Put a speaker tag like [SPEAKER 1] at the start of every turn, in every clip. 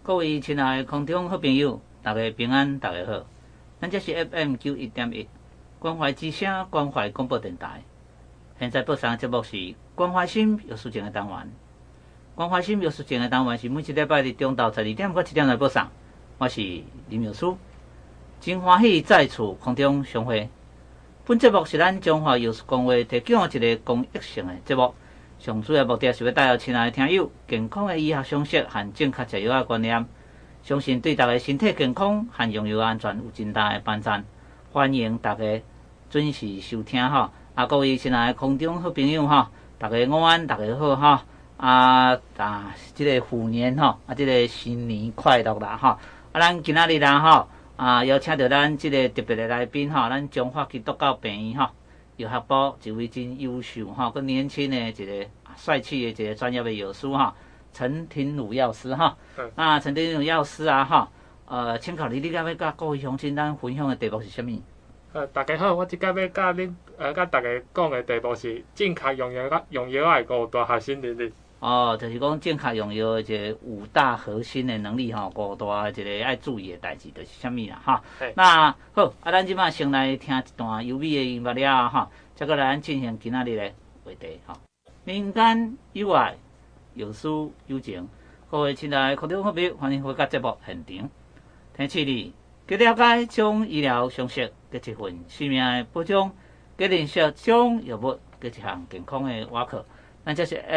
[SPEAKER 1] 各位亲爱的空中好朋友，大家平安，大家好。咱这是 FM91.1关怀之声关怀广播电台。现在播送的节目是关怀心有事情的单元。关怀心有事情的单元是每一礼拜日中昼12点到7点来播送。我是林妙书，真欢喜在厝空中相会。本节目是咱中华药师公会提供一个公益性的节目。上主要目的是要带予亲爱的听友健康的医学常识和正确食药的观念，相信对大家身体健康和用药安全有真大的帮助。欢迎大家准时收听哈！各位亲爱的空中好朋友哈，大家午安，大家好哈！这个虎年哈，这个新年快乐啦哈！咱今仔日啦哈，邀请到咱这个特别的来宾哈，咱中华基督教病院哈。药学部一位真优秀哈，佮年轻的一个帅气的一个专业的药师哈，陈廷儒药师哈。那陈廷儒药师啊哈，请教你敢要甲各位乡亲咱分享的题目是啥物？
[SPEAKER 2] 大家好，我即摆要甲恁甲大家讲的题目是正确用药的5大核心能力。
[SPEAKER 1] 就是讲正确用药的一个5大核心的能力哈，5大一个爱注意的代志就是啥物啦哈。那好，咱即摆先来听一段优美的音乐了哈，再过来咱进行今仔日的话题哈。民间有爱，有事有情，各位亲爱的观众朋友，欢迎回到节目现场。听起你，去了解将医疗常识，佮一份生命的保障，佮认识将药物，佮一项健康的瓦课。咱这是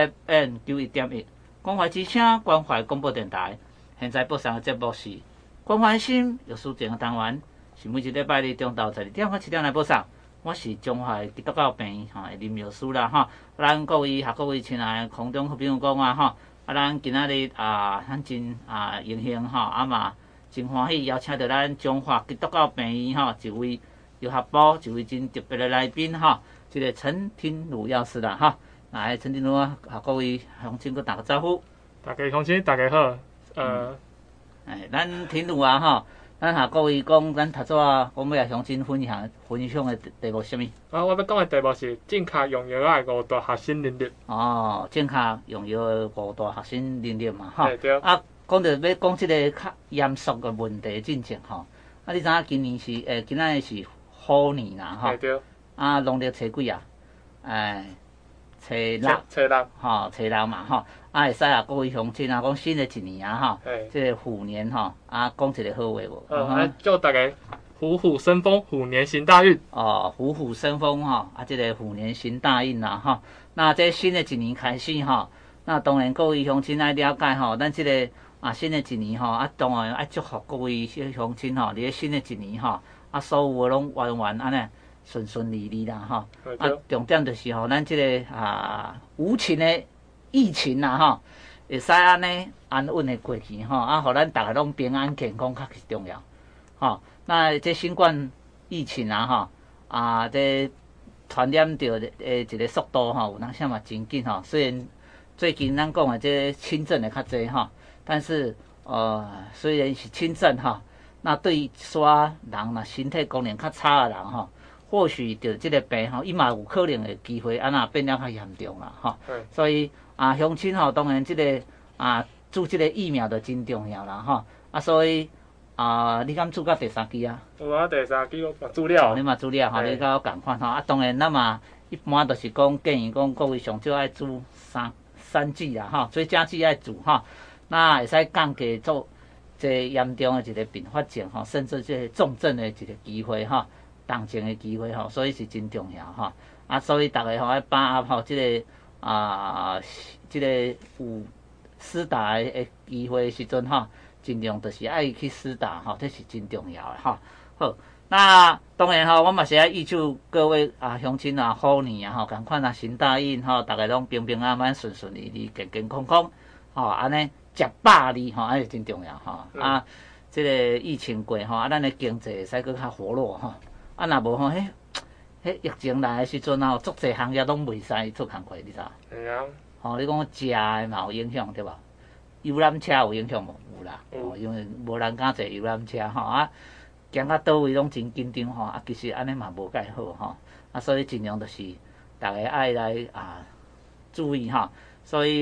[SPEAKER 1] FM91.1关怀之声关怀广播电台。现在播送的节目是关怀心有事情的单元，是每一礼拜日中昼12点到7点来播送。我是中华基督教病院的林药师啦哈。咱各位亲爱的空中好朋友讲哈，咱今仔日咱真荣幸哈，嘛真欢喜邀请到咱中华基督教病院一位药学部一位真特别的来宾哈，这个陈廷儒药师啦哈。来，陈廷儒各位乡亲，佮打个招呼。
[SPEAKER 2] 大家乡亲，大家好。
[SPEAKER 1] 咱廷儒哈，咱各位讲，咱头早我们来乡亲分享的题目是啥物？
[SPEAKER 2] 我要讲的题目是正确用药的5大核心能力。
[SPEAKER 1] 正确用药的5大核心能力嘛，哈。
[SPEAKER 2] 对。
[SPEAKER 1] 讲到要讲这个较严肃的问题进程哈。你知影今年是今仔是虎年啦，哈。
[SPEAKER 2] 对。
[SPEAKER 1] 农历初几啊？初六嘛吼，会使各位乡亲各位新的一年吼，这个虎年吼，讲一个好话无？
[SPEAKER 2] 祝大家虎虎生风，虎年行大运。
[SPEAKER 1] 虎虎生风吼，这个虎年行大运啦吼。那这新的一年开始吼，那当然各位乡亲爱了解吼，咱这个新的一年吼，当然爱祝福各位乡亲吼，伫新的一年吼，所有的拢圆安尼。顺利啦哈，重点就是咱这个无情的疫情啦哈，会使安尼安稳的过去哈，互咱大家拢平安健康较是重要哈。那这新冠疫情这传染着一个速度有当时嘛真紧哈。虽然最近咱讲的这轻症的较侪哈，但是虽然是轻症哈，那对于煞人若身体功能较差的人或许着这个病伊嘛有可能的机会变了较严重啦所以乡亲当然这个注这个疫苗就真重要啦所以你敢注到第3剂啊？
[SPEAKER 2] 有第3剂我嘛注了。
[SPEAKER 1] 你嘛注了你甲我同款当然咱嘛一般都是讲建议讲各位上少爱注三剂啦追加剂爱注那会使降低做这严重的一个并发症甚至这重症的一个机会重症的机会所以是真重要所以大家爱把握这个这个有施打的机会的时阵尽量就是爱去施打这是真重要的好，那当然我嘛是爱预祝各位乡亲虎年同款行大运大家拢平平安安、顺顺利利、健健康康安尼食饱哩安尼真重要这个疫情过咱的经济会使搁较活络若无迄疫情来的时阵足侪行业拢袂使做工课，你知？
[SPEAKER 2] 会啊。
[SPEAKER 1] 你讲食的嘛有影响对吧？游览车有影响无？有啦。因为无人敢坐游览车行到倒位拢真紧张其实安尼嘛无介好所以尽量就是大家爱来注意所以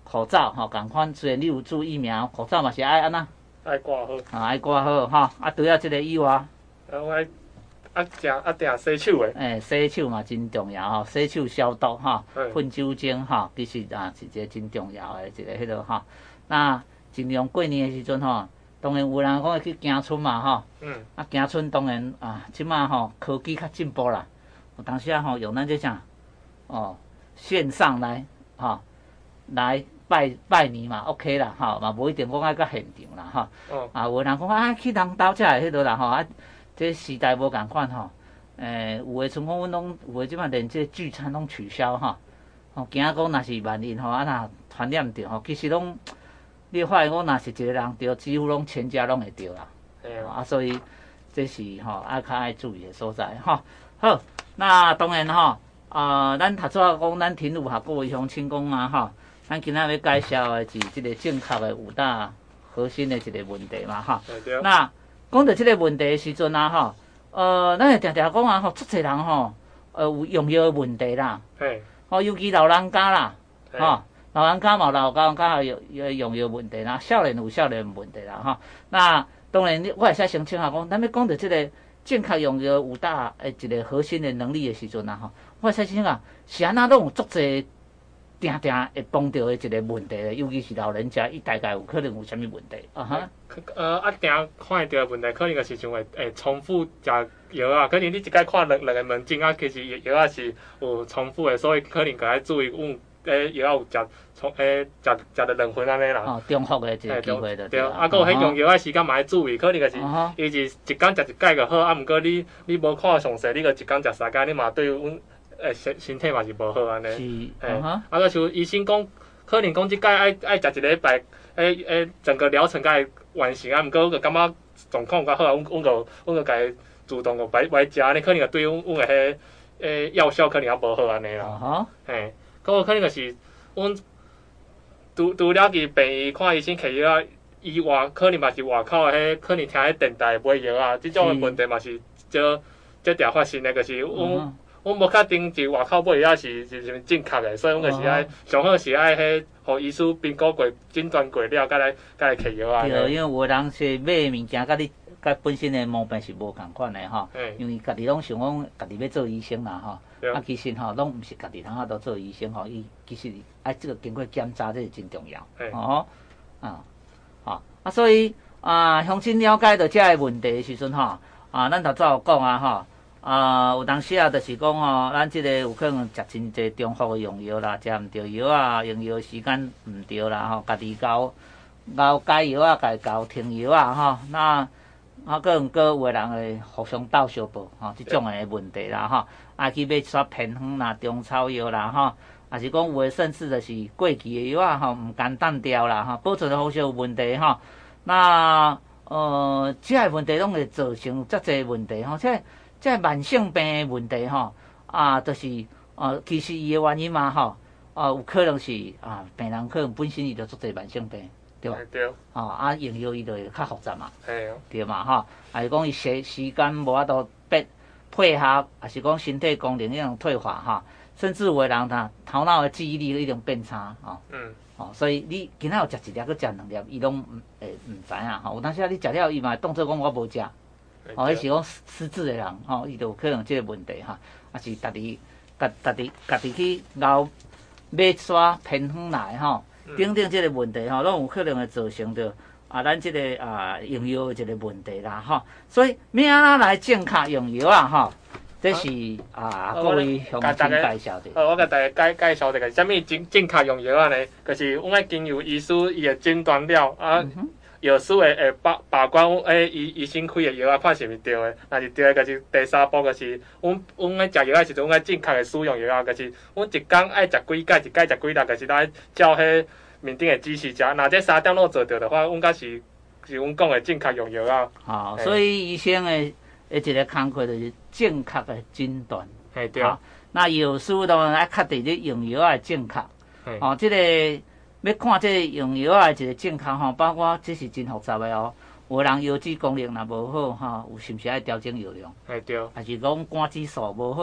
[SPEAKER 1] 口罩吼，共款虽然你有注疫苗，口罩嘛是爱安那，
[SPEAKER 2] 爱挂好，
[SPEAKER 1] 爱挂好吼。啊，除了即个以外，
[SPEAKER 2] 我爱定洗手诶。
[SPEAKER 1] 洗手嘛真重要吼，洗手消毒吼，喷酒精吼，其实是一个真重要诶一个迄落吼。那尽量过年诶时阵吼，当然有人讲会去行村嘛吼，行村当然即马吼科技较进步啦，有当时吼用咱这啥线上来来拜年嘛 ，OK 啦嘛无一定讲爱到现场啦有人讲去人兜才会迄落啦这时代无共款有诶像讲阮拢有诶即摆连这聚餐拢取消惊讲若是万一若传染着其实拢你发现讲若是一个人着，几乎拢全家拢会着啦。所以这是爱较爱注意诶所在好，那当然咱头先讲咱天路学各位乡亲讲咱今仔要介绍诶是即个正确诶5大核心诶一个问题嘛那讲到即个问题诶时阵咱会常常讲足侪人有用药诶问题啦，尤其老人家啦，老人家嘛老人家有用药问题啦，少年有少年问题啦那当然我会使澄清讲，咱要讲到即个正确用药5大诶一个核心诶能力诶时阵我会使澄清是安那拢有足侪定会碰到的一个问题，尤其是老人家，伊大概有可能有啥物问题
[SPEAKER 2] 定看会到的问题，可能就是像会重复食药可能你一摆看两个门诊其实药是有重复的，所以可能该要注意药有食着2份安尼啦。
[SPEAKER 1] 重复的一个机会就
[SPEAKER 2] 对。搁有迄用药时间嘛要注意，可能就是伊是一工食一摆就好，毋过你无看详细，你个一工食3工，你嘛对阮身体嘛是无好安尼。搁像医生讲，可能讲即摆爱食1礼拜，整个疗程才会完成毋过就感觉状况较好阮就家主动就摆食安尼，可能就对阮的药效可能也无好安尼啦。搁有可能就是阮除了去病院看医生摕药以外，可能嘛是外口的可能听电台买药即种问题嘛是少常发生的，就是阮无确定是外口买药是正确的，所以阮就是爱上好是爱互医师评估过、诊断过了，才来摕药
[SPEAKER 1] 对，因为有的人是买的物件，甲本身的毛病是无共款的因为家己拢想讲家己要做医生啦其实拢毋是家己通都做医生伊其实这个经过检查，这是真重要所以乡亲了解到这个问题的时阵咱头早有讲有当时就是讲咱这个有可能食真济重复的用药啦，食毋对药用药时间毋对啦家己交改药家己交停药那搁有的人会互相斗相报即种的问题啦去买煞偏方啦、中草药啦也是讲有的甚至就是过期的药毋甘当掉啦保存的方式有问题那这个问题拢会造成遮济问题这慢性病的问题就是其实伊的原因嘛有可能是病人可能本身伊就足济慢性病，对吧？
[SPEAKER 2] 对。
[SPEAKER 1] 用药伊就会较复杂嘛，对
[SPEAKER 2] 嘛
[SPEAKER 1] 还是讲伊时间无法度配合，还是讲身体功能迄种退化甚至有的人头脑的记忆力一定变差所以你今仔有食1粒，搁食2粒，伊拢毋知影有当时你食了，伊嘛当作讲我无食。迄是讲失智的人伊就有可能这个问题是家己去熬买煞偏方来等等这个问题拢有可能会造成着咱这个用药的一个问题啦所以要安怎来正确用药这是各位乡亲介绍的。
[SPEAKER 2] 我甲大家介绍一个什么正确用药呢？就是阮爱经由医师伊的诊断了药师会把关医生开的药看是毋是对的，若是对的，就是第3步就是阮爱食药时阵，阮爱正确的使用药就是阮一工爱食几盖，一盖食几粒，就是咱照迄面顶的指示食。若这3点拢做到的话，阮甲是阮讲的正确用药
[SPEAKER 1] 所以医生的一个工课就是正确的诊断。
[SPEAKER 2] 对。
[SPEAKER 1] 那药师当然爱确定你用药的正确。这个。要看这用药的一个正确包括这是真复杂的有人腰子功能若无好有是毋是爱调整药量？
[SPEAKER 2] 对。
[SPEAKER 1] 还是讲肝指数无好，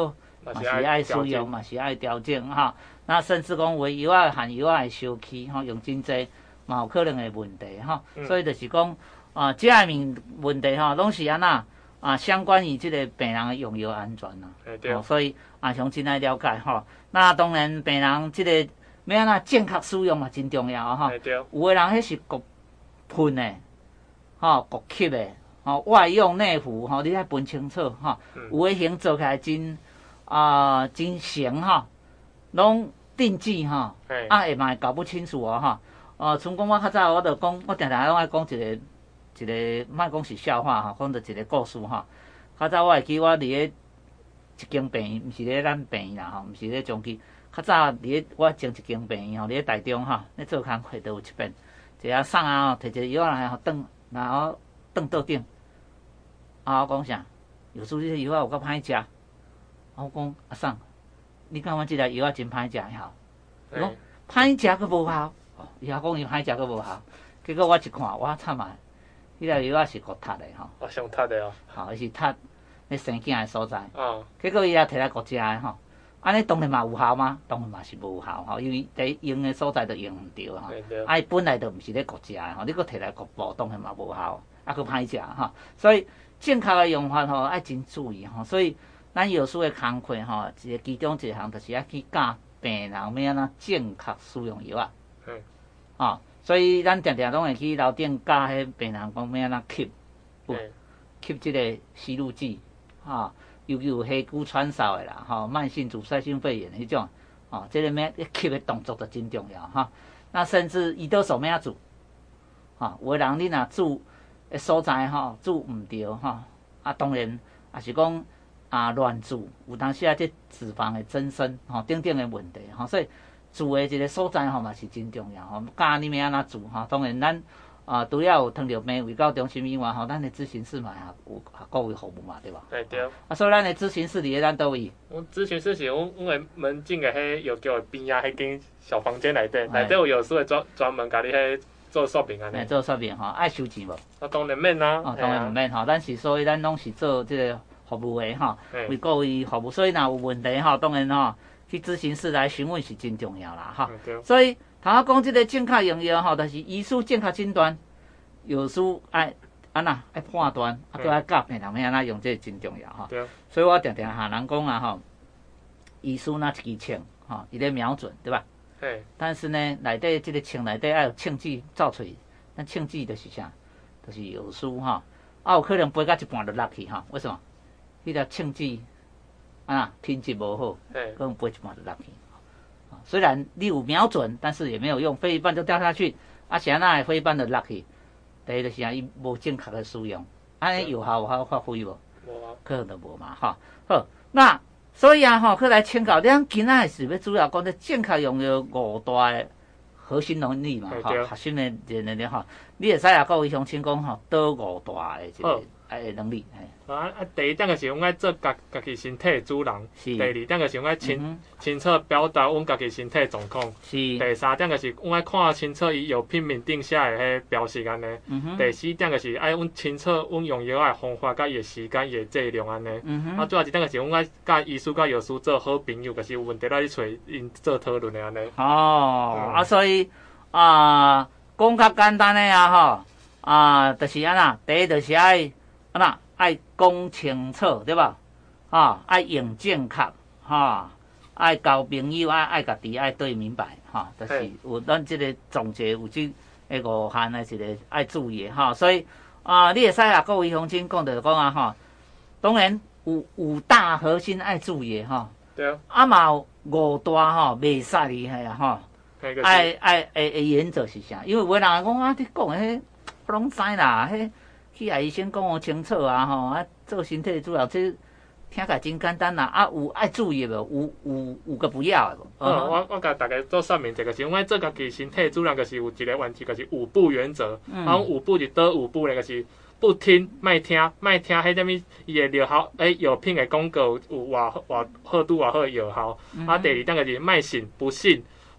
[SPEAKER 1] 嘛是爱使用，嘛是爱调整哈。那甚至讲为药啊含药啊的烧气吼，用真济嘛有可能的问题吼。所以就是讲这下面问题吼，拢是安那相关于这个病人的用药安全啦。所以想真爱了解吼。那当然病人这个要安那正确使用嘛真重要吼。有的人迄是国喷的，国吸的。外用内服你爱分清楚有的型做起来真真成拢定剂会嘛会搞不清楚像讲我较早我就讲，我定定拢爱讲一个，莫讲是笑话讲着一个故事较早我会记我伫咧一间病院，毋是咧咱病院啦毋是咧中基，较早伫咧我前一间病院伫咧台中咧做工课都有一遍，一个送摕一个药来转，然后转桌顶。我讲啥？有时这药有够歹食。我讲阿送，你感觉这个药真歹食吼？伊讲歹食佫无效。伊讲伊歹食佫无效。结果我一看，我惨啊！迄个药是国踢的吼。
[SPEAKER 2] 上踢的
[SPEAKER 1] 伊是踢咧生囝的所在。结果伊也摕来国食的吼。安尼当然嘛有效吗？当然嘛是无效因为第用的所在都用唔着伊本来就毋是咧国食的你佫摕来国补，当然嘛无效，佫歹食所以正确的用法爱真注意所以咱药师的工课一个其中一项就是要去教病人要安怎正确使用药所以咱常常拢会去楼顶教迄病人讲要安怎吸这个吸入剂尤其有黑骨喘嗽的啦慢性阻塞性肺炎迄种这个要吸的动作就真重要那甚至胰岛素要怎做有的人你若做的所在做唔对当然也是讲乱做，有当时这脂肪的增生等等的问题所以做的一个所在嘛是真重要教你要安怎做当然咱除了有糖尿病卫教中心以外咱的咨询室嘛有各位服务嘛对吧？
[SPEAKER 2] 对
[SPEAKER 1] 所以咱的咨询室伫咧咱倒位？
[SPEAKER 2] 阮咨询室是阮的门诊的迄药局的边仔迄间小房间内底有药师会专门甲你迄做说明安尼。
[SPEAKER 1] 做说明爱收钱无？
[SPEAKER 2] 当然免啦。
[SPEAKER 1] 当然唔免咱是所以咱拢是做这个服务的为各位服务，所以若有问题当然去咨询室来询问是真重要啦所以头仔讲这个正确用药就是医师正确诊断，药师爱判断，都爱教病人要安怎用，这真重要所以我常常下人讲医师那一支枪伊咧瞄准对吧？但是呢，内底这个枪内底要有枪剂造出，咱枪剂就是啥？就是药师有可能飞到一半就落去为什么？迄粒枪剂品质无好，可能飞一半就落去。虽然你有瞄准，但是也没有用，飞一半就掉下去。是安那飞一半就落去？第一就是伊无正确的使用，安尼有效有效发挥无？无可能就无嘛好，那。所以去来请教，咱今仔是要主要讲的正确用药五大的核心能力嘛，核心的能力你会使各位乡亲讲倒五大的这个能力。
[SPEAKER 2] 第一点就是阮爱做家己身体的主人，第二点就是阮爱清楚表达阮家己身体状况，第三点就是阮爱看清楚伊药品面顶写的迄标示安尼，第四点就是爱阮清楚阮用药的方法、甲伊的时间、伊的剂量安尼，最后一点就是阮爱甲医师、甲药师做好朋友，就是有问题来去找因做讨论的安尼。
[SPEAKER 1] 所以讲较简单的就是安那，第一就是爱讲清楚，对吧？爱用正确，爱交朋友，爱家己爱对明白，就是有咱这个总结有这5项的一个爱注意所以你会使各位乡亲讲着讲当然有5大核心爱注意
[SPEAKER 2] 对
[SPEAKER 1] 嘛有5大袂使的爱原则是啥？因为有的人讲你讲的我拢知啦，去医生讲清楚做身体主要这听起来真简单啦，有爱注意无？有个不要的无？
[SPEAKER 2] 我甲大家做说明一个，是阮做家己身体主人，就是有一个原则，就是5不原则。5不是倒5不呢？就是不听、莫听、迄点物伊的疗效，药品的广告有偌好拄偌好的药效。第二点就是莫信、不信、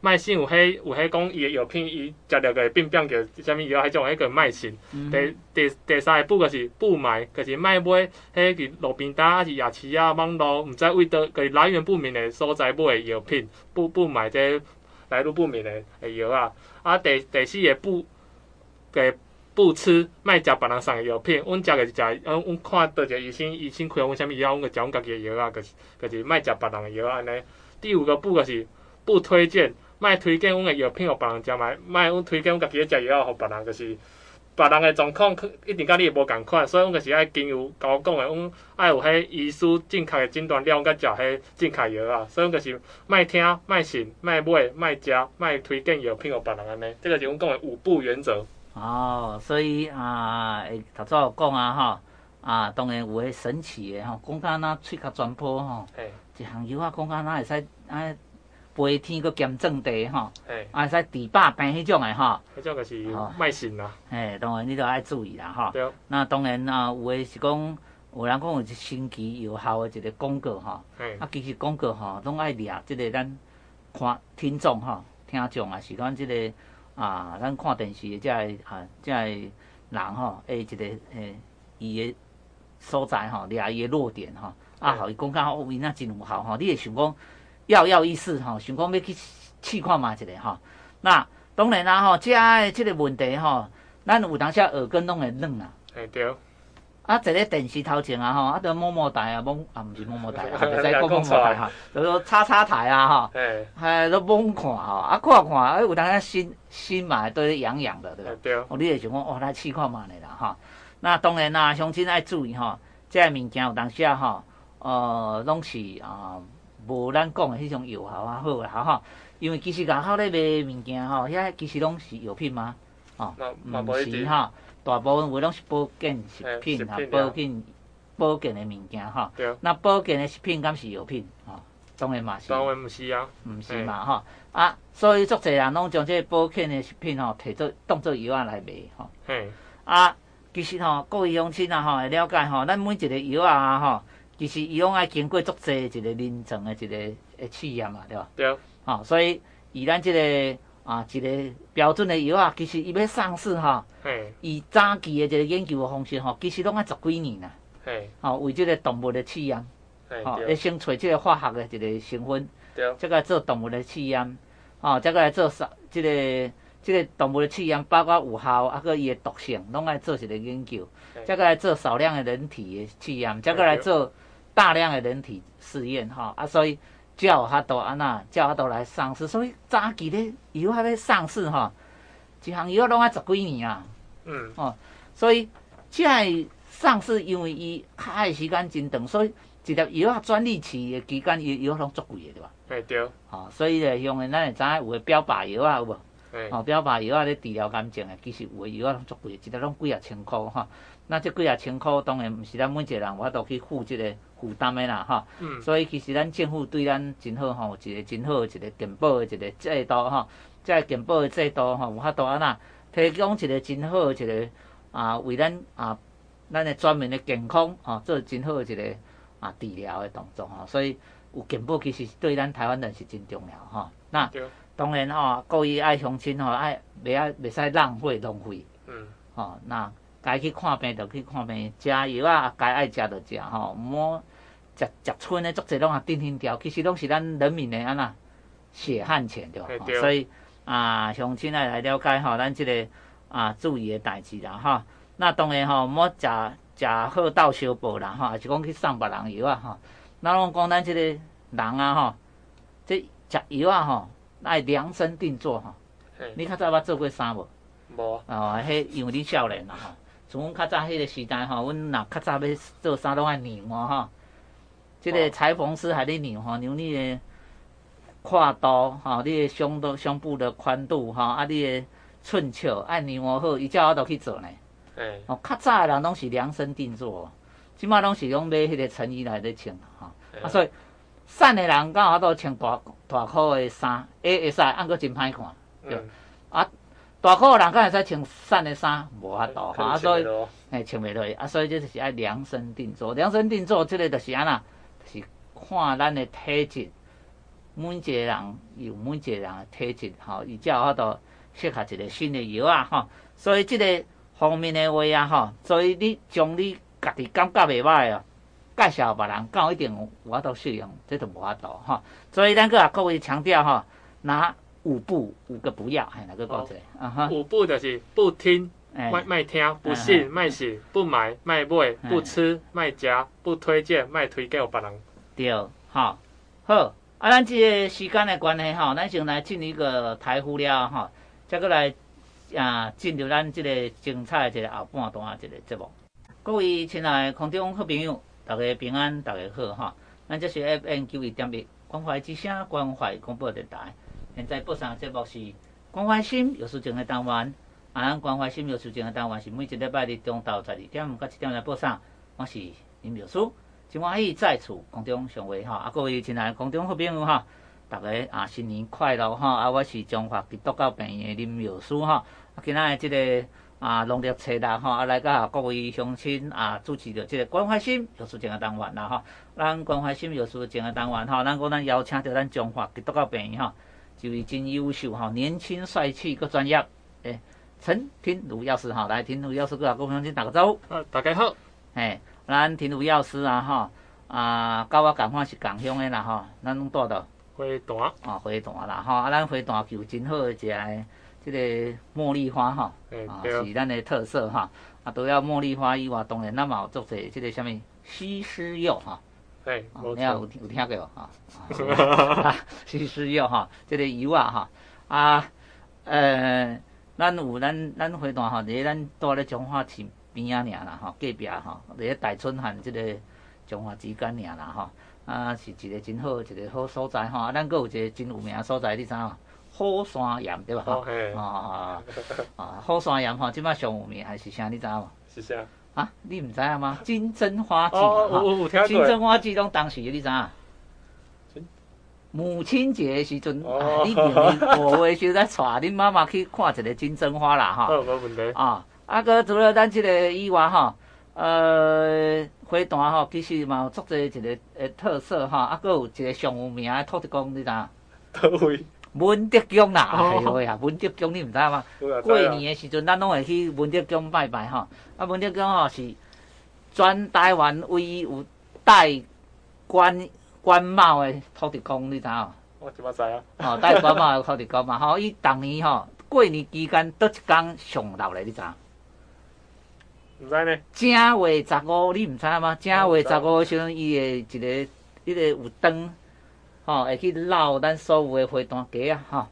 [SPEAKER 2] 卖性有迄讲伊的药品，伊食着个变叫啥物药，迄种迄个卖性。第三个补就是补霾，就是卖买迄个路边摊还是夜市啊、网络，毋知为倒个来源不明的所在买的药品，补霾这来路不明的药啊。啊，第四个不吃，卖食别人送的药品。阮食个是食，阮看倒一个医生开阮啥物药，阮就食阮家己的药啊，就是卖食别人的药安尼。第五个不就是不推荐，卖推荐阮的药品互别人食，卖阮推荐阮家己咧食药互别人，就是别人的状况一定甲你无共款，所以阮就是爱经由甲我讲的，阮爱有迄医师正确的诊断了，甲食迄正确药啊。所以阮就是卖听、卖信、卖买、卖食、卖推荐药品互别人安尼。这个是阮讲的5不原则。
[SPEAKER 1] 哦，所以头早有讲啊吼，当然有迄神奇的吼，讲甲若喙较全破吼，一项药讲甲若会使飞天搁兼种地吼，会使治百病迄种的吼。
[SPEAKER 2] 迄种就是卖信啦。
[SPEAKER 1] 当然你着爱注意啦吼。
[SPEAKER 2] 对。
[SPEAKER 1] 那当然有诶是讲，有人讲有一神奇有效的一个广告吼，其实广告吼拢爱掠即个咱看听众吼、听众啊，是咱即个。咱看电视的这个人吼，一个伊的所在吼，掠伊的弱点吼，互伊讲甲伊那真有效吼，你会想讲要意思吼，想讲要去试看嘛一个吼。那当然啦吼，这个问题吼，咱有当时耳根拢会软啦。
[SPEAKER 2] 对。
[SPEAKER 1] 坐咧电视头前吼，着某某台毋是某某台袂使讲某某台吼，就说叉台吼，都猛看吼，看，有当时心嘛都咧痒痒的，对吧？
[SPEAKER 2] 对。
[SPEAKER 1] 你会想讲，来试看嘛咧啦吼。那当然啦，乡亲爱注意吼，这个物件有当时吼，拢是无咱讲的迄种有效好啦吼，因为其实外口咧卖物件吼，遐其实拢是药品嘛，毋是吼。大部分话拢是保健食品保健的物件吼。那保健的食品敢是药品吼？当然嘛是。
[SPEAKER 2] 当然毋是啊。
[SPEAKER 1] 毋是嘛吼。所以足侪人拢将这保健的食品吼，当做药仔来卖吼。其实吼，各位乡亲吼会了解吼，咱每一个药吼，其实伊拢爱经过足侪一个临床的一个试验嘛，对吧？
[SPEAKER 2] 对。
[SPEAKER 1] 所以以咱这个。一个标准的药其实伊要上市吼，伊早期的一个研究的方式吼，其实拢爱10几年啦。为这个动物的试验，要先找这个化学的一个成分，再来做动物的试验，再来做这个动物的试验，包括有效个伊的毒性，拢爱做一个研究，再来做少量的人体的试验，再来做大量的人体试验所以。才有法度来上市，所以早期咧药还要上市吼，一项药拢要10几年啊。所以即个上市，因为伊开的时间真长，所以一粒药专利期的期间，伊药拢足贵的，对吧？
[SPEAKER 2] 对。
[SPEAKER 1] 所以咧，用的咱会知影有的标靶药有无？标靶药咧治疗癌症的，其实有的药拢足贵，一粒拢几啊千块吼。那这几啊千块，当然毋是咱每一个人有法度去负这个负担的啦，所以其实咱政府对咱真好吼，一个真好的一个健保的一个制度吼，这个健保的制度吼，有法度提供一个真好的一个为咱咱的全民的健康做真好的一个治疗的动作所以有健保其实对咱台湾人是真重要那当然各位爱乡亲袂使浪费。那。该去看病就去看病，食药该爱食就食毋好食剩的足侪拢顶掉，其实拢是咱人民的血汗钱对吧？所以乡亲来了解咱这个注意的代志啦那当然毋好食好斗相报啦也是讲去送别人药咱拢讲咱这个人这食药爱量身定做你较早捌做过衫无？
[SPEAKER 2] 无。
[SPEAKER 1] 迄因为你少年啦像阮较早迄个时代阮若较早要做衫拢爱量即个裁缝师还咧量量你的胯度你的胸部的宽度你的寸尺爱量好，伊才有法度去做呢。较早的人拢是量身定做，即摆拢是用买迄个成衣来咧穿所以瘦的人敢有法度穿大裤的衫，会使，搁真歹看，对。大裤人敢会使穿瘦的衫，无法度所以穿袂落去所以这就是爱量身定做。量身定做，这个就是就是看咱的体质每一个人有每一个人的体质，伊才有法度适合一个新的药啊，所以即个方面的话啊，所以你将你家己感觉袂歹哦，介绍别人，敢有一定有法度适用，这就无法度所以咱搁各位强调拿5个不要，哪个讲者
[SPEAKER 2] ？5不就是不听。卖听，不信卖信，不买卖买，不吃卖食，不推荐卖推荐给别人。
[SPEAKER 1] 对，好，咱这个时间的关系咱先来进一个台呼了再过来进入咱这个精彩的后半段这个节目。各位亲爱的空中好朋友，大家平安，大家好咱这是 FM91.1关怀之声关怀广播电台。现在播送的节目是关怀心有事情的单元。咱关怀心有事情的单元是每一礼拜日中昼12点到1点来播送。我是林秘书，真欢喜在此空中相会各位亲爱的空中好朋友大家新年快乐我是中华基督教病院的林秘书今仔这个农历初6来甲各位乡亲主持着这个关怀心有事情的单元啦咱关怀心有事情的单元咱邀请到咱中华基督教病院一位真优秀年轻帅气佮专业陈天如药师来，天如药师各位乡亲打个招呼。
[SPEAKER 2] 大家好。
[SPEAKER 1] 咱天如药师甲我共款是共乡的啦咱拢住倒
[SPEAKER 2] 花坛。
[SPEAKER 1] 花坛啦咱花坛有真好一个这个茉莉花是咱的特色除了茉莉花以外，当然咱嘛有做者这个什么西施柚你有听过西施柚这个油咱有咱花坛伫咱住咧彰化市边啦隔壁伫咧大村和即个彰化之间啦是一个真好一个好所在咱阁有一个真有名的所在，你知影好山岩对吧好山岩即摆上有名还是啥，你知影无？
[SPEAKER 2] 是啥？
[SPEAKER 1] 你毋知影吗？金针花季
[SPEAKER 2] 有听过。
[SPEAKER 1] 金针花季拢当时你知影？母亲节的时阵，你5月时在带恁妈妈去看一个金针花啦
[SPEAKER 2] 无问题。
[SPEAKER 1] 搁除了咱即个以外花坛其实嘛有足侪一个特色搁有一个上有名的土地公，你知影？
[SPEAKER 2] 倒位？
[SPEAKER 1] 文德宫啦，文德宫你毋知影吗？过年的时阵，咱拢会去文德宫拜拜文德宫是全台湾唯一有戴官帽的土地公，你知影？
[SPEAKER 2] 我即摆知啊。
[SPEAKER 1] 戴官帽的土地公嘛伊逐年过年期间倒一天上热咧，你知影？
[SPEAKER 2] 毋知呢。
[SPEAKER 1] 正月15，你毋知影吗？正月15的时阵，伊会一个有灯会去绕咱所有的花坛街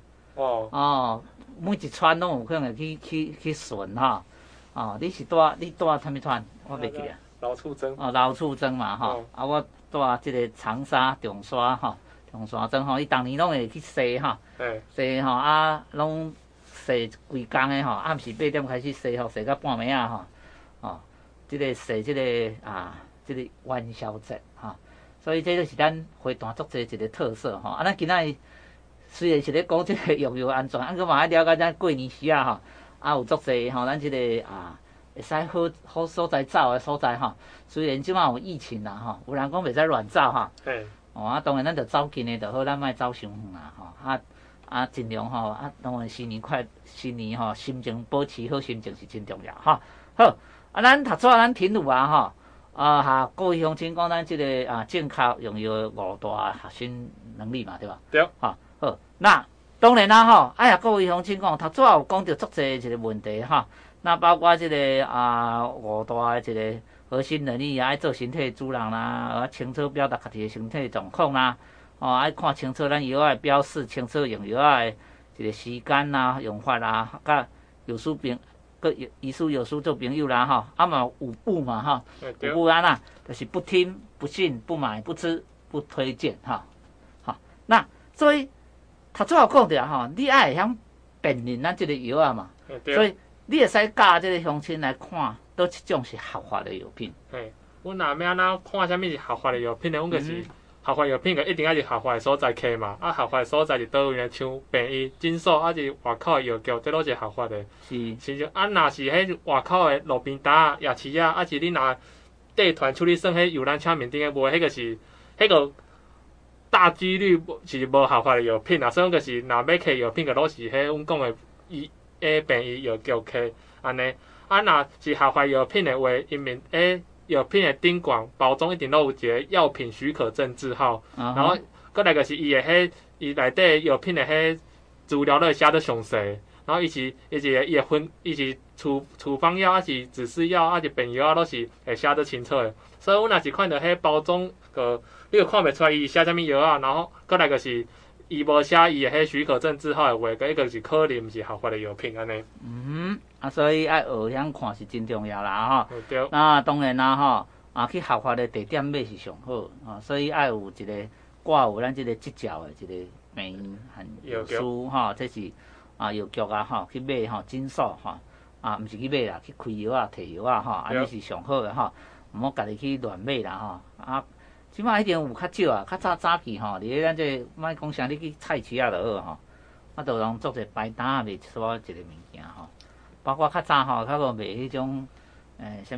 [SPEAKER 1] 每一村拢有可能会去巡你是住啥物村？我袂记啊。
[SPEAKER 2] 老厝庄。
[SPEAKER 1] 老厝庄嘛我住即个长沙中山中山庄伊逐年拢会去踅踅拢踅规工的暗时8点开始踅踅到半暝即个踅即个元宵节所以这就是咱花坛足侪一个特色咱今仔日虽然是咧讲即个用药安全，搁嘛爱了解咱过年时有足侪咱即个会使好所在走的所在虽然即摆有疫情啦有人讲袂使乱走当然咱着走近的就好，咱莫走伤远啦尽量当然新年心情保持好心情是真重要好咱读书咱听有各位乡亲讲咱即个正确用药5大核心能力嘛，对吧？
[SPEAKER 2] 对。
[SPEAKER 1] 好，那当然啦各位乡亲讲读书有讲到足侪一个问题那包括即个5大的一个核心能力爱做身体主人啦，清楚表达家己的身体状况啦，爱看清楚咱药的标示，清楚用药的一个时间啦、用法啦，甲有书兵。个医师有书做朋友啦嘛5不嘛5不就是不听、不信、不买、不吃、不推荐那所以读书有讲着你爱会晓辨认咱即个药嘛，所以你会使教即个乡亲来看倒一种是合法的药品。
[SPEAKER 2] 阮若要安怎看啥物是合法的药品呢？阮就是合法药品个一定要是合法的所在开嘛，合法的所在是倒位呢？像病院、诊所，是外口的药局，这拢是合法的。是像若是迄外口的路边摊、夜市是你若带团出去算迄游览车面顶的卖，迄个大几率是无合法的药品啊，所以就是若要摕药品，个拢是迄阮讲的病医药局摕安尼。啊，若是合法药品的话，因面药品的顶管包装一定都有一个药品许可证字号，然后过来就是伊内底药品的资料都会写得详细，然后伊是处方药，还是指示药，还是病药都是会写得清楚的。所以阮若是看到包装你就看袂出来伊写啥物药啊，然后过来就是伊无写伊的许可证字号的话，迄个是可能毋是合法的药品安尼。
[SPEAKER 1] 所以爱学晓看是真重要啦吼。
[SPEAKER 2] 对。
[SPEAKER 1] 那当然啦吼，去合法的地点买是上好，所以爱有一个挂有咱即个执照的一个病和药师吼，这是药局去买诊所毋是去买啦，去开药摕药安尼是上好的毋好家己去乱买啦即摆一定有较少啊，较早期伫咧咱这莫讲啥，你去菜市就好就拢做者摆摊卖所一个物件包括较早较无卖迄种啥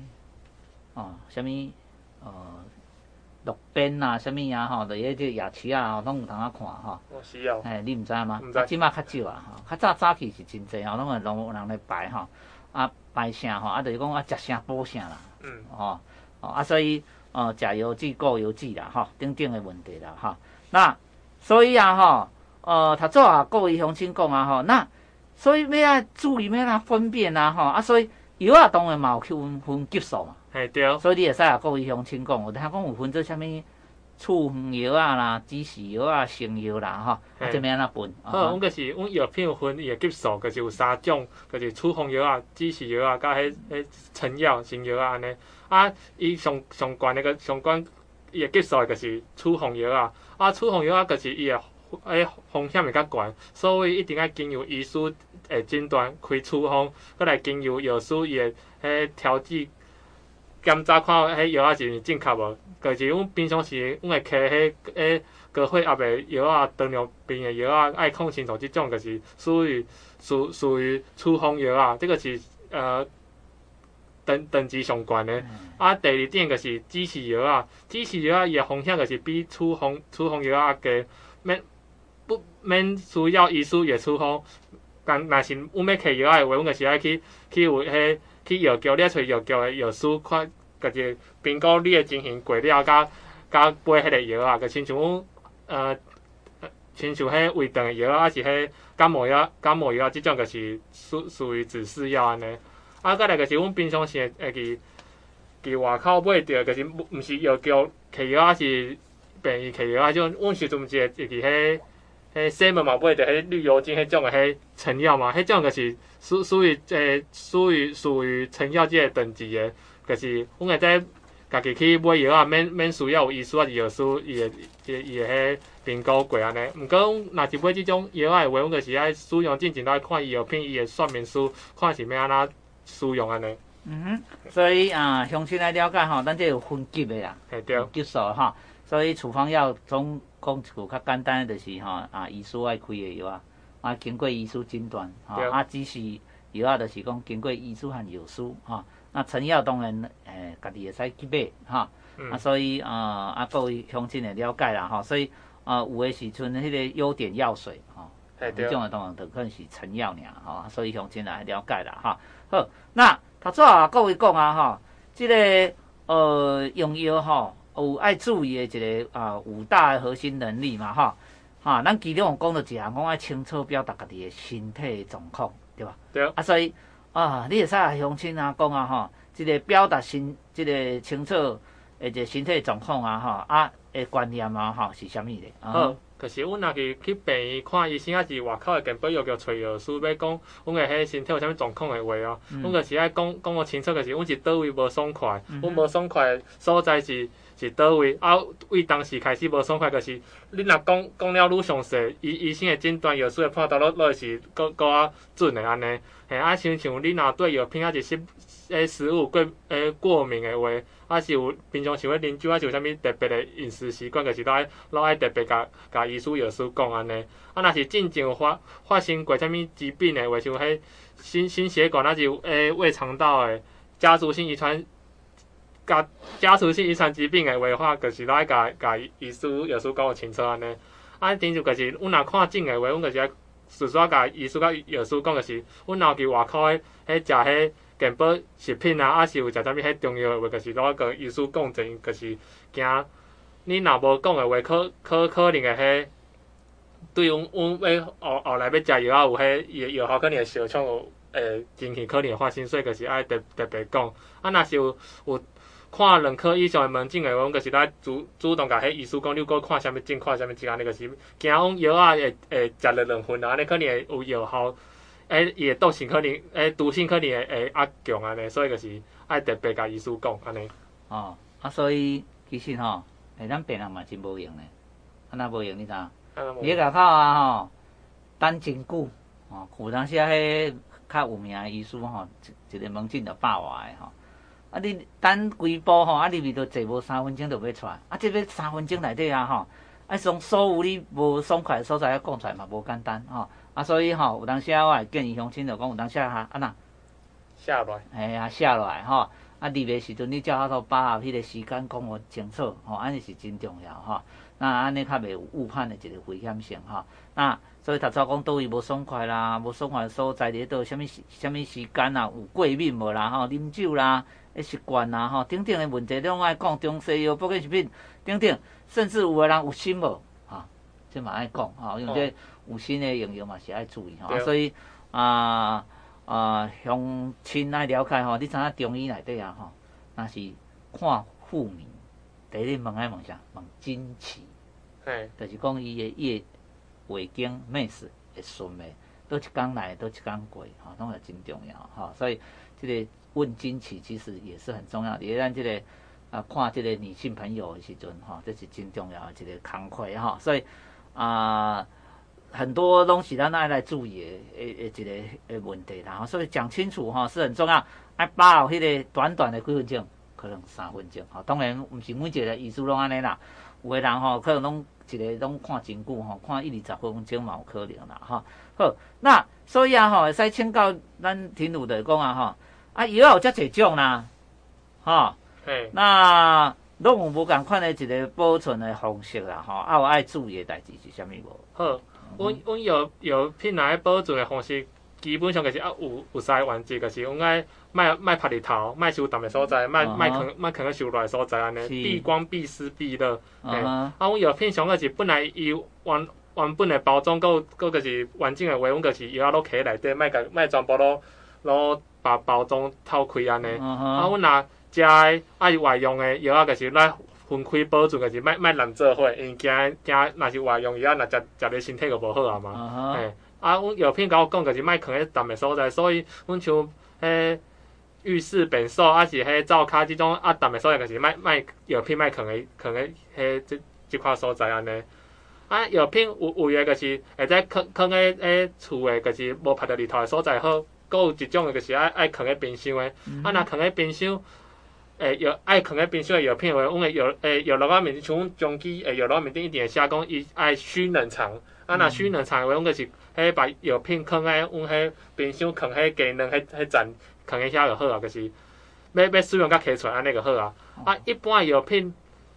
[SPEAKER 1] 物路边啥物就迄个夜市拢有通看
[SPEAKER 2] 是哦。
[SPEAKER 1] 你毋知吗？
[SPEAKER 2] 毋知。
[SPEAKER 1] 即摆较少较早期是真济拢会有人咧摆摆啥就是讲食啥补啥啦。所以食药剂、顾药剂啦等等的问题啦那所以头早各位乡亲讲那所以要注意要分辨所以药当然嘛有去分级数嘛。
[SPEAKER 2] 对。
[SPEAKER 1] 所以你会使各位乡亲讲，有听讲有分做啥物处方药啦、指示药成药啦这物安怎分？
[SPEAKER 2] 阮就是阮药品有分伊的级数，就是有3种，就是处方药指示药甲成药、成药安尼。伊上悬的上悬伊的级数就是处方药处方药就是伊的风险会较悬，所以一定要经由医师的诊断开处方，再来经由药师伊的调剂检查看药是毋是正确无。就是阮平常时阮会摕高血压的药糖尿病的药爱抗生素即种，就是属于处方药这个是等级上悬的。第二点就是指示药指示药伊的风险就是比处方药低，免需要医师的处方。若是阮要摕药的话，阮就是爱去有去药局，你爱找药局的药师看，家己评估你的情形过了，甲买迄个药就亲像亲像胃肠的药还是感冒药即种，就是属于指示药安尼。再来就是阮平常时会去外口买着，就是毋是药局摕药还是病院摕药迄种，阮时阵会去7嘛买着绿油精迄种的成药嘛，迄种就是属于成药即个等级的，就是阮会使家己去买药免需要有医师还是药师伊的评估过安尼。毋过若是买即种药的话，阮就是爱使用进前都爱看伊药品伊的说明书，看是要安怎使用安尼。
[SPEAKER 1] 所以乡亲来了解咱这有分级的啦，有级数所以处方药总讲一句较简单的，就是医师爱开的药经过医师诊断指示药就是讲经过医师和药师那成药当然家己会使去买所以各位乡亲会了解啦所以有的时阵迄个优点药水迄种的当然就可能是成药尔所以乡亲来了解啦好，那头早各位讲即个用药有爱注意的一个5大的核心能力嘛咱其中有讲到一项，讲爱清楚表达家己的身体状况，对吧？
[SPEAKER 2] 对。
[SPEAKER 1] 所以你会使乡亲讲即个表达即个清楚的一个身体状况的观念是啥物咧？
[SPEAKER 2] 就是阮若去病院看医生，还是外口的健保药局找药师，要讲阮的身体有啥物状况的话阮就是爱讲个清楚，就是阮是倒位无爽快，阮无爽快的所在是倒位为当时开始无爽快，就是你若讲了愈详细，医生的诊断、药师的判断，都是搁较准的安尼。亲像你若对药品还是食物过敏的话，还是有平常想要啉酒，还是有啥物特别的饮食习惯，就是都爱特别甲医师、药师讲安尼。若是真正有发生过啥物疾病的话，像心血管，还是胃肠道的家族性遗传家族性遗传疾病的话，就是咱甲医师讲个清楚安尼。啊，顶就就是阮若看诊的话，阮就是爱顺续甲医师甲药师讲，就是阮若去外口迄食迄健保食品啊，是有食啥物迄中药的话，就是拢甲医师讲者，就是惊你若无讲的话，可能的迄对阮要后来要食药啊，有迄药效可能会相冲有引起可能会发生，所以就是爱特别讲。啊，若是有看2科以上的门诊的话，阮就是来主动甲迄医师讲，你搁看啥物症，看啥物症安尼，就是惊阮药啊会食了2份，安尼可能会有药效，伊的毒性可能毒性可能会较强安尼，所以就是爱特别甲医师讲安尼。
[SPEAKER 1] 哦，所以其实吼，咱病人嘛真无用咧，安那无用你知？你外口啊吼，等真久，有当时迄较有名的医师吼，一个门诊就100外个吼。啊，你等规步吼，啊，入去就坐无3分钟就要出来，啊，这要3分钟内底啊吼，啊，从所有你无爽快的所在讲出来嘛，无简单吼。啊，所以吼，有当时我会建议乡亲就讲，有当时安那
[SPEAKER 2] 写落来，
[SPEAKER 1] 嘿啊，写落来吼。啊，入的时阵你照好把迄个时间讲互清楚吼，安尼是真重要吼。那安尼较袂有误判的一个危险性吼。那所以头先讲倒位无爽快啦，无爽快的所在伫倒什物时间啊，有过敏无啦吼，啉酒啦。习惯啦吼，等等的问题拢爱讲，中西药、保健食品等等，甚至有个人有心无，这嘛爱讲吼，因为这有心的用药嘛是爱注意吼，所以乡亲爱了解吼，你知影中医内底啊吼，若是看妇名，第一问爱问啥？问经期，就是讲伊的月经、妹子会顺未？倒一天来，倒一天过，吼，拢是真重要吼，所以这个。问经期其实也是很重要的，也咱这个看这个女性朋友的时阵这是真重要的一个工课所以很多东西咱爱来注意的一个问题啦所以讲清楚是很重要，爱把握迄个短短的几分钟，可能3分钟当然不是每一个医师拢安尼啦，有的人可能拢一个拢看真久看1-20分钟嘛有可能啦好，那所以会使请教咱庭儒的讲药有遮侪种啦，那拢有无共款的一个保存的方式啦，有爱注意的代志是啥物无？
[SPEAKER 2] 好，阮药品来保存的方式，基本上就是有3个原则，就是阮爱卖晒日头，卖收湿的所在，卖放个收热的所在安尼，避光、避湿、避热。阮药品上个是本来伊原本的包装，佮就是完整的话，阮就是药落起内底，卖全部攞把包装透开安尼。阮若食的爱外用的药就是咱分开保存，就是卖烂做伙，因为惊若是外用药若食咧身体就无好啊嘛。阮药品甲我讲就是卖放喺湿的所在，所以阮像浴室、便所是迄灶骹即种湿的所在，就是卖药品卖放喺即块所在安尼。药品有的就是会使放喺厝的，就是无晒到日头的所在好。佫有一种的，就是爱放喺冰箱的。若放喺冰箱，爱放喺冰箱的药品的话，阮的药落啊面，像阮中基药落面顶一定会写讲，伊爱虚冷藏。若虚冷藏的话，阮就是把药品放喺阮迄冰箱，放喺鸡卵迄层，放喺遐就好啊。就是要使用甲摕出来安尼就好啊。一般药品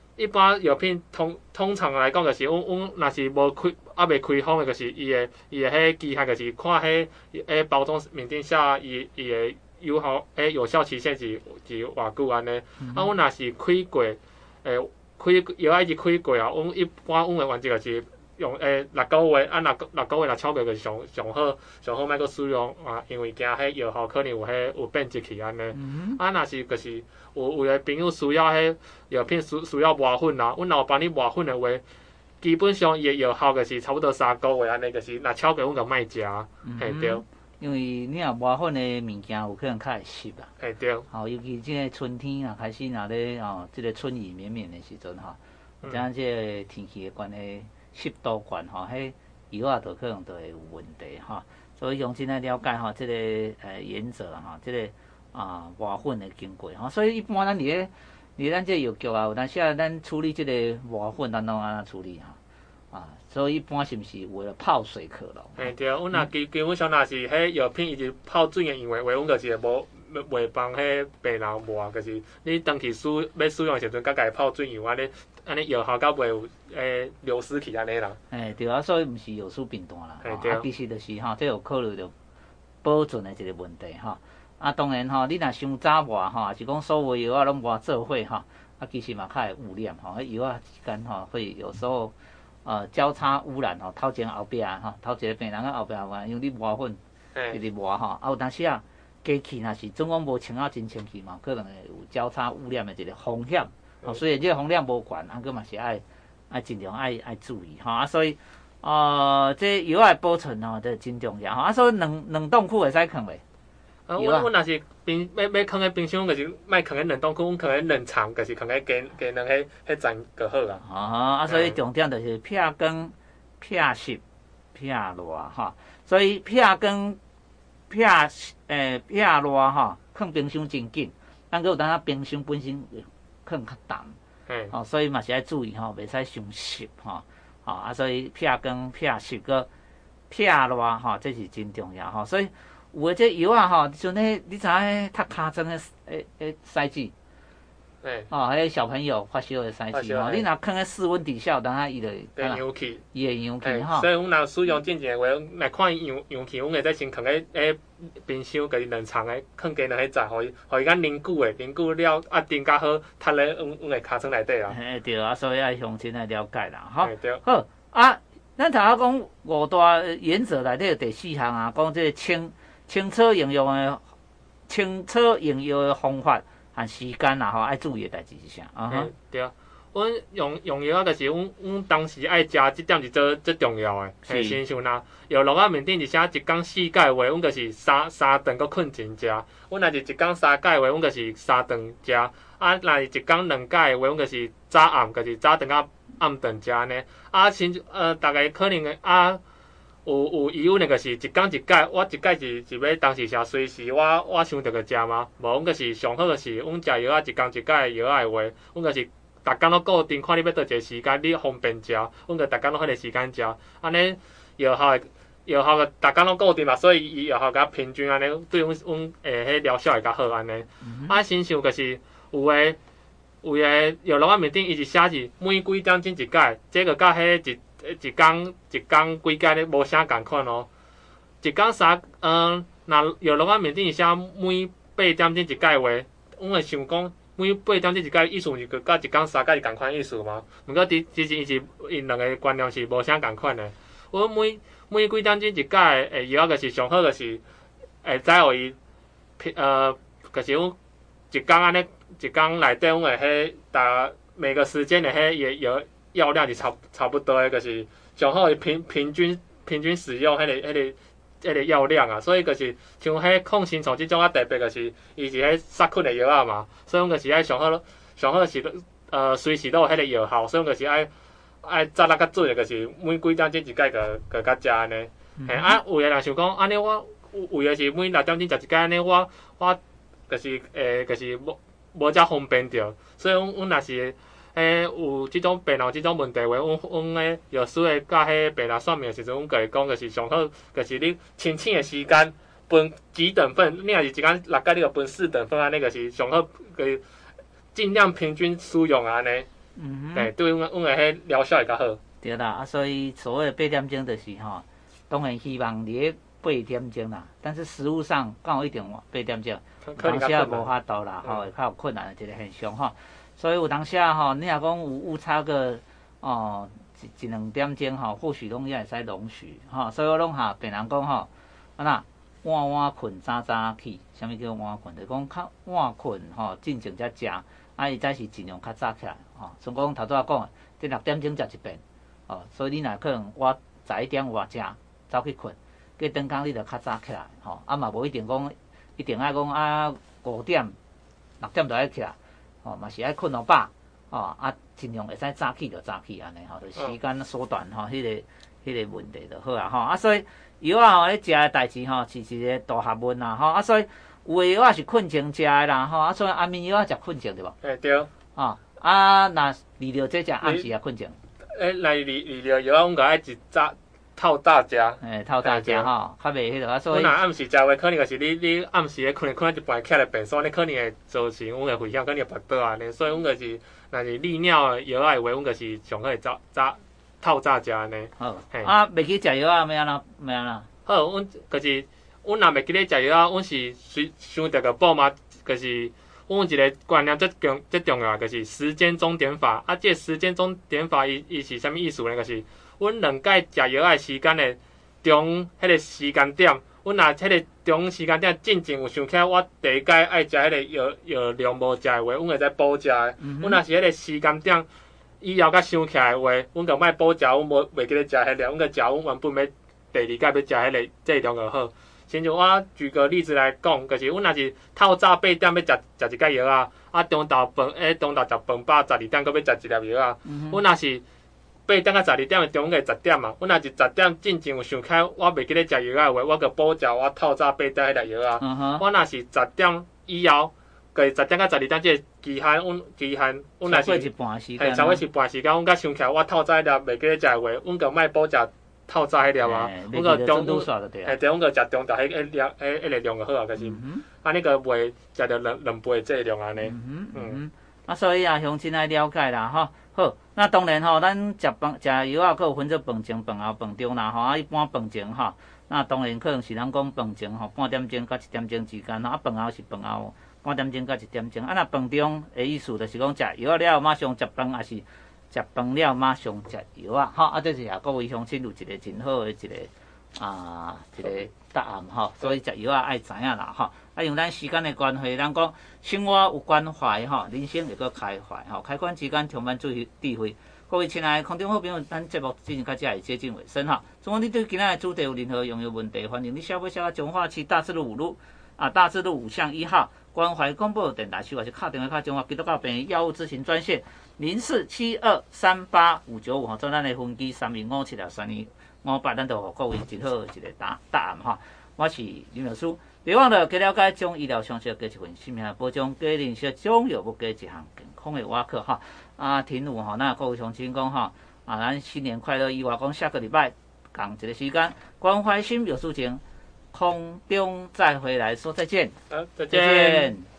[SPEAKER 2] 通常来讲，就是阮若是无未开封的，就是伊的迄期限，就是看迄包装面顶写伊的有效期限是偌久安尼。阮若是开过，药一直开过阮一般阮的原则就是用6个月，6个月若超过就是上好，莫阁使用因为惊迄药效可能有变质去安尼。若是就是有的朋友需要迄药品需要磨粉啦，阮若有帮你磨粉的话，基本上伊的药效就是差不多3个月安尼，就是若超过阮就莫食，对。
[SPEAKER 1] 因为你若磨粉的物件有可能较会湿啦，
[SPEAKER 2] 对。
[SPEAKER 1] 尤其即个春天开始咧即个春雨绵绵的时阵加上即个天气的关系，湿度悬迄药就可能就会有问题所以用真来了解即个原则即个磨粉的经过所以一般咱伫咱这药局有当时咱处理即个磨粉，咱拢安怎处理所以一般是毋是为了泡水可咯？
[SPEAKER 2] 对，阮若基本上若是迄药品一直泡水的用的话，阮就是袂帮迄病人磨，就是你当去要使用的时阵，甲家己泡水样安尼药效甲袂有流失去安尼啦。
[SPEAKER 1] 对啊，所以毋是药水变淡啦。其实就是这有考虑到保存的一个问题当然你若伤早磨也是讲所有药拢磨做伙其实嘛较会污染迄药之间会有时候交叉污染头前后壁头一个病人后壁因为你磨粉一直磨有当时机器若是总讲无清真清气嘛，可能会有交叉污染的一个风险。虽然这个风险无悬，佮嘛是爱尽量爱注意所以这药的保存就真重要所以冷冻库会使放袂？
[SPEAKER 2] 阮若是要放喺冰箱，就是莫放喺冷冻库，阮放喺冷藏，就是放喺加冷迄层就好
[SPEAKER 1] 啦。所以重点就是撇光、撇湿、撇热所以撇光、撇热放冰箱真紧，咱佮有当冰箱本身放较淡。所以嘛是爱注意袂使伤湿所以撇光、撇湿佮撇热这是真重要所以有诶这药像迄你知影踢骹针诶塞剂，迄小朋友发烧诶塞剂你若放喺室温底下，当下伊就会
[SPEAKER 2] 扬起，
[SPEAKER 1] 伊会扬起
[SPEAKER 2] 所以阮若使用进前话，来看伊扬起，阮会再先放喺冰箱，家己冷藏诶，放加两迄层，互伊较凝固诶，凝固了定较好，踢咧阮诶尻川内底
[SPEAKER 1] 对所以爱详细来了解啦
[SPEAKER 2] 对
[SPEAKER 1] 好咱头仔讲五大原则内底第4项讲这个清楚应用的方法和时间爱注意的代志是啥？
[SPEAKER 2] 对阮用药就是阮当时爱食这点是最重要的。亲像若药落面顶是写1天4盖话，阮就是3顿搁困前食。阮若是1天3盖话，阮就是3顿食。若是1天2盖话，阮就是早暗，就是早顿到暗顿食呢。大概可能有疑问的，就是1天1盖，我1盖是要当时食随时我想着就食吗？无，阮就是上好就是阮食药1天1盖的药的话，阮就是逐工拢固定，看你要倒一个时间，你方便食，阮就逐工拢迄个时间食，安尼药效个逐工拢固定嘛，所以伊药效较平均安尼，对阮迄疗效会较好安尼。亲像就是有诶药落面顶，伊是写是每几点钟1盖，这个甲迄一天几盖咧无啥共款1天若药落面顶是写每8点钟1盖话，阮会想讲每8点钟1盖，意思是甲1天3盖是共款意思嘛？毋过其实因两个观念是无啥共款的。阮每几点钟1盖的药就是上好就是会知互伊就是阮一天安尼1天内底阮的迄每个时间的迄药量是差不多的，就是上好平均使用迄个药量所以就是像迄抗生素即种特别，就是伊是迄杀菌的药嘛，所以阮就是爱上好是随时都有迄个药效，所以阮就是爱早较准的，就是每几点钟1盖个甲食安尼。有诶人想讲安尼，我有诶是每6点钟食1盖安尼，我就是就是无遮方便着，所以阮若是有即种病人即种问题话，阮诶药师会甲迄病人算命的时阵，阮甲伊讲，就是上好，就是你清醒的时间分几等份，你若是1天6盖，你就分4等份安尼，就是上好，就是尽量平均使用安尼。对阮诶迄疗效会较好。
[SPEAKER 1] 对啦，所以所谓的8点钟就是当然希望你8点钟啦，但是实务上敢有一定8点钟，有当时无法度啦，会较有困难的一个现象所以有当时你若讲有误差个一2点钟或许拢也会使容许所以我拢病人讲晚困早起，啥物叫晚困？就是讲较晚困进前才食，伊才是尽量较早起来像讲头拄仔讲，即6点钟食一遍所以你若可能我11点外食，走去困，过顿工你就较早起来嘛无一定讲一定爱讲5点6点就爱起来嘛是爱困饱尽量会使早起就早起安尼就时间缩短迄个问题就好所以药咧食的代志是一个大学问所以有的药是困前食的啦所以安眠药食困前对无？
[SPEAKER 2] 对若
[SPEAKER 1] 利尿这食暗时也困前。
[SPEAKER 2] 来利尿药，阮甲爱一早透早食，
[SPEAKER 1] 透早食吼，较袂迄个啊，所以。
[SPEAKER 2] 阮若暗时食话，可能就是你暗时咧困一半起来便所，你可能会造成阮的危险，可能会跋倒安尼，所以阮就是若是利尿的药仔的话，阮就是上好会透早食安尼。
[SPEAKER 1] 好，啊，袂记食药啊，要安怎？
[SPEAKER 2] 好，阮就是阮若袂记咧食药啊，阮是想着个报嘛，就是。阮有一个观念最重要就是时间钟点法。啊，这时间钟点法伊是啥物意思呢？就是阮两届食药的时间的中迄个时间点，阮若迄个中时间点进前有想起来，我第一届爱食迄个药量无食的话，阮会使补食的。阮若是迄个时间点以后甲想起来的话，阮就莫补食，阮袂记咧食迄个，阮就食阮原本要第二届要食迄个剂量就好。亲像我举个例子来讲，就是阮若是透早8点要食一剂药啊，啊中昼饭中昼食饭饱12点，搁要食一粒药啊。阮若是8点到12点的中午10点嘛，阮若是10点进前有想起我袂记咧食药啊的话，我搁补食我透早8点迄粒药啊。我若是10点以后，就是10点到12点这个期限，阮若是超过一半时间，阮甲想起来我透早迄粒袂记咧食的话，阮搁莫补食。透早迄粒啊，阮个中午，阮个食中昼迄个量就好啊，就是，安尼个袂食着两杯剂量安尼。
[SPEAKER 1] 啊，所以啊，乡亲爱了解啦，吼。好，那当然吼，咱食药啊，佫有分做饭前、饭后、饭中啦，吼。啊，一般饭前吼，那当然可能是咱讲饭前吼半点钟到1点钟之间，啊，饭后是饭后半点钟到1点钟。啊，那饭中的意思就是讲食药了马上食饭，还是？食饭了马上食药啊，吼！啊，这是各位乡亲有一个真好的一个答案吼，所以食药啊爱知影啦吼。啊，用咱时间的关系，咱讲生活有关怀吼，人生会阁开怀吼，开馆之间充满智慧。各位亲爱的空中好朋友，咱节目进行到这会接近尾声吼。如果你对今仔的主题有任何用药问题，欢迎你写到中华区大智路大智路5巷1号关怀广播电台，或是敲电话到中华基督教病院药物咨询专线。0472385595吼，做咱的分机3257-3258，咱就互各位真好一个答案吼。我是林老师，别忘了加了解中医疗常识，加一份生命保障，加认识中药，不加一项健康的瓦课吼。啊，听有吼，那各位乡亲讲吼，咱新年快乐！以外讲下个礼拜同一个时间，关怀心有事情，空中再回来说再见。
[SPEAKER 2] 再见。